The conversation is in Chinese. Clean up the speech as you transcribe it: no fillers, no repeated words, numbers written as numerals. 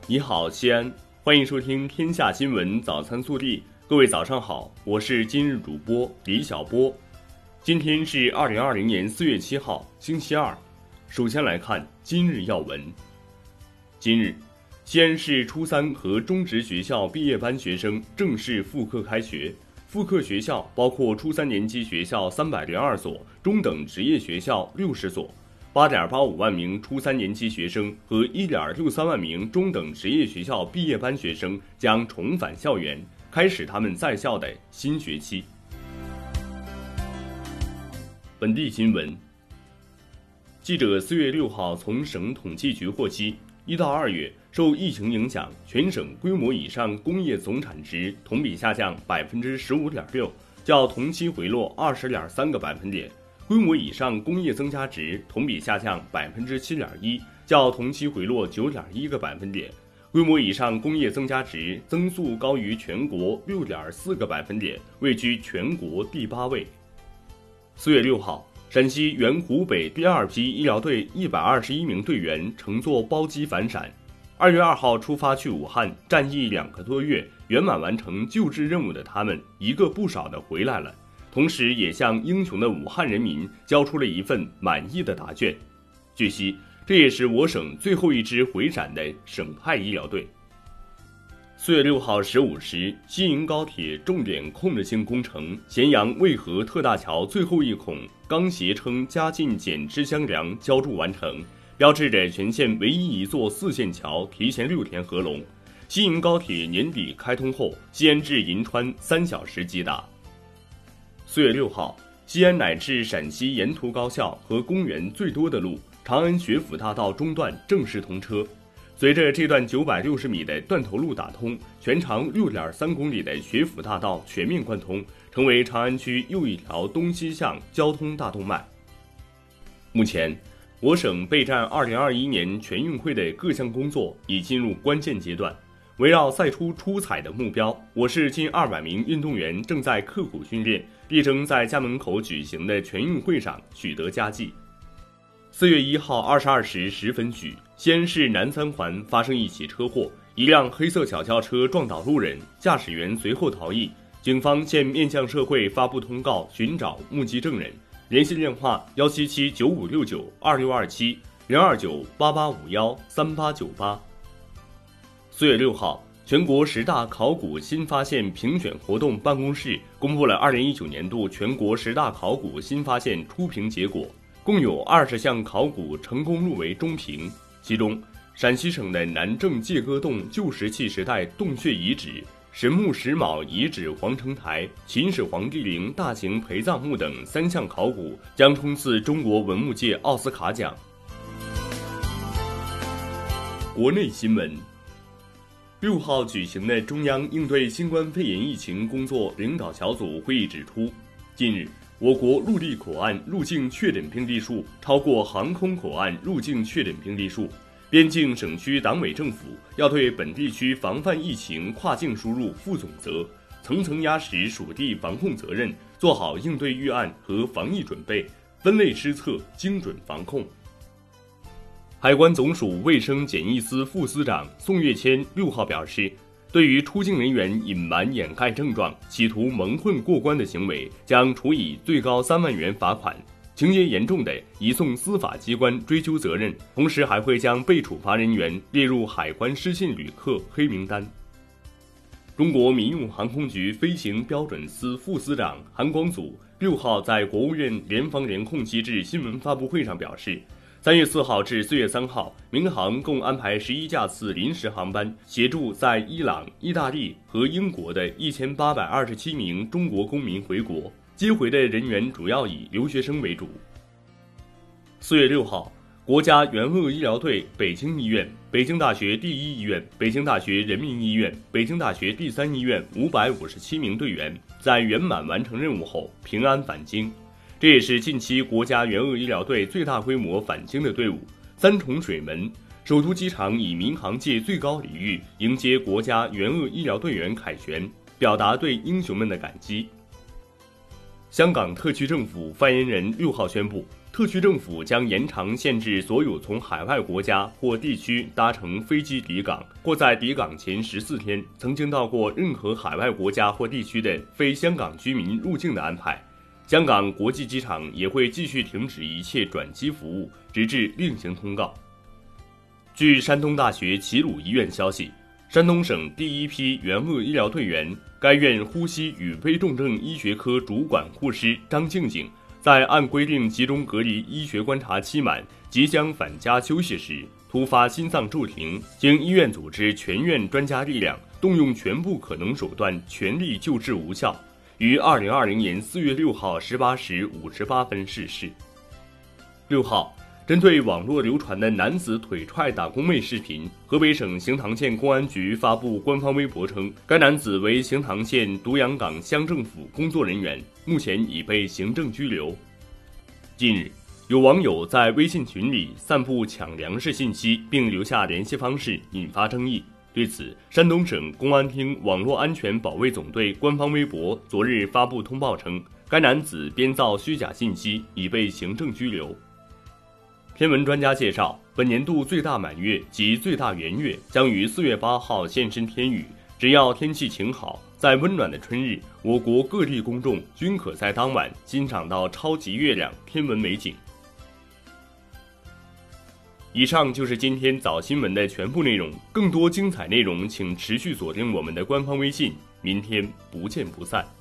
你好，西安，欢迎收听《天下新闻早餐速递》。各位早上好，我是今日主播李小波。今天是2020年4月7号，星期二。首先来看今日要闻。今日，西安市初三和中职学校毕业班学生正式复课开学。复课学校包括初三年级学校302所，中等职业学校60所。8.85万名初三年级学生和1.63万名中等职业学校毕业班学生将重返校园，开始他们在校的新学期。本地新闻，记者4月6号从省统计局获悉，1到2月受疫情影响，全省规模以上工业总产值同比下降15.6%，较同期回落20.3个百分点。规模以上工业增加值同比下降7.1%，较同期回落9.1个百分点。规模以上工业增加值增速高于全国6.4个百分点，位居全国第8位。4月6号，陕西原湖北第2批医疗队121名队员乘坐包机返陕。2月2号出发去武汉，战役2个多月，圆满完成救治任务的他们，一个不少的回来了。同时也向英雄的武汉人民交出了一份满意的答卷。据悉，这也是我省最后一支回陕的省派医疗队。4月6号15时，西营高铁重点控制性工程咸阳渭河特大桥最后一孔钢斜撑加进减支箱梁浇筑完成，标志着全县唯一一座4线桥提前6天合龙。西营高铁年底开通后，西安至银川3小时即达。4月6号，西安乃至陕西沿途高校和公园最多的路长安学府大道中段正式通车。随着这段960米的断头路打通，全长6.3公里的学府大道全面贯通，成为长安区又一条东西向交通大动脉。目前，我省备战2021年全运会的各项工作已进入关键阶段。围绕赛出出彩的目标，我市近200名运动员正在刻苦训练，力争在家门口举行的全运会上取得佳绩。4月1号22时10分许，西安市南三环发生一起车祸，一辆黑色小轿车撞倒路人，驾驶员随后逃逸。警方现面向社会发布通告，寻找目击证人。联系电话177956922702988513898。4月6号，全国10大考古新发现评选活动办公室公布了2019年度全国10大考古新发现初评结果，共有20项考古成功入围中评。其中，陕西省的南郑介歌洞旧石器时代洞穴遗址、神木石卯遗址皇城台、秦始皇帝陵大型陪葬墓等3项考古将冲刺中国文物界奥斯卡奖。国内新闻，6号举行的中央应对新冠肺炎疫情工作领导小组会议指出，近日我国陆地口岸入境确诊病例数超过航空口岸入境确诊病例数，边境省区党委政府要对本地区防范疫情跨境输入负总责，层层压实属地防控责任，做好应对预案和防疫准备，分类施策，精准防控。海关总署卫生检疫司副司长宋月谦6号表示，对于出境人员隐瞒掩盖症状，企图蒙混过关的行为，将处以最高3万元罚款，情节严重的移送司法机关追究责任，同时还会将被处罚人员列入海关失信旅客黑名单。中国民用航空局飞行标准司副司长韩光祖6号在国务院联防联控机制新闻发布会上表示，3月4号至4月3号，民航共安排11架次临时航班，协助在伊朗、意大利和英国的1827名中国公民回国，接回的人员主要以留学生为主。4月6号，国家援鄂医疗队北京医院、北京大学第一医院、北京大学人民医院、北京大学第3医院557名队员在圆满完成任务后平安返京。这也是近期国家援鄂医疗队最大规模返京的队伍。3重水门，首都机场以民航界最高礼遇迎接国家援鄂医疗队员凯旋，表达对英雄们的感激。香港特区政府发言人6号宣布， 特区政府将延长限制所有从海外国家或地区搭乘飞机抵港，或在抵港前14天曾经到过任何海外国家或地区的非香港居民入境的安排。香港国际机场也会继续停止一切转机服务，直至另行通告。据山东大学齐鲁医院消息，山东省第一批援鄂医疗队员，该院呼吸与危重症医学科主管护师张静静，在按规定集中隔离医学观察期满，即将返家休息时，突发心脏骤停，经医院组织全院专家力量，动用全部可能手段，全力救治无效，于2020年4月6号18时58分逝世。6号，针对网络流传的男子腿踹打工妹视频，河北省邢台县公安局发布官方微博称，该男子为邢台县独阳岗乡政府工作人员，目前已被行政拘留。近日，有网友在微信群里散布抢粮食信息，并留下联系方式，引发争议。对此，山东省公安厅网络安全保卫总队官方微博昨日发布通报称，该男子编造虚假信息，已被行政拘留。天文专家介绍，本年度最大满月及最大圆月将于4月8号现身天宇。只要天气晴好，在温暖的春日，我国各地公众均可在当晚欣赏到超级月亮天文美景。以上就是今天早新闻的全部内容，更多精彩内容请持续锁定我们的官方微信，明天不见不散。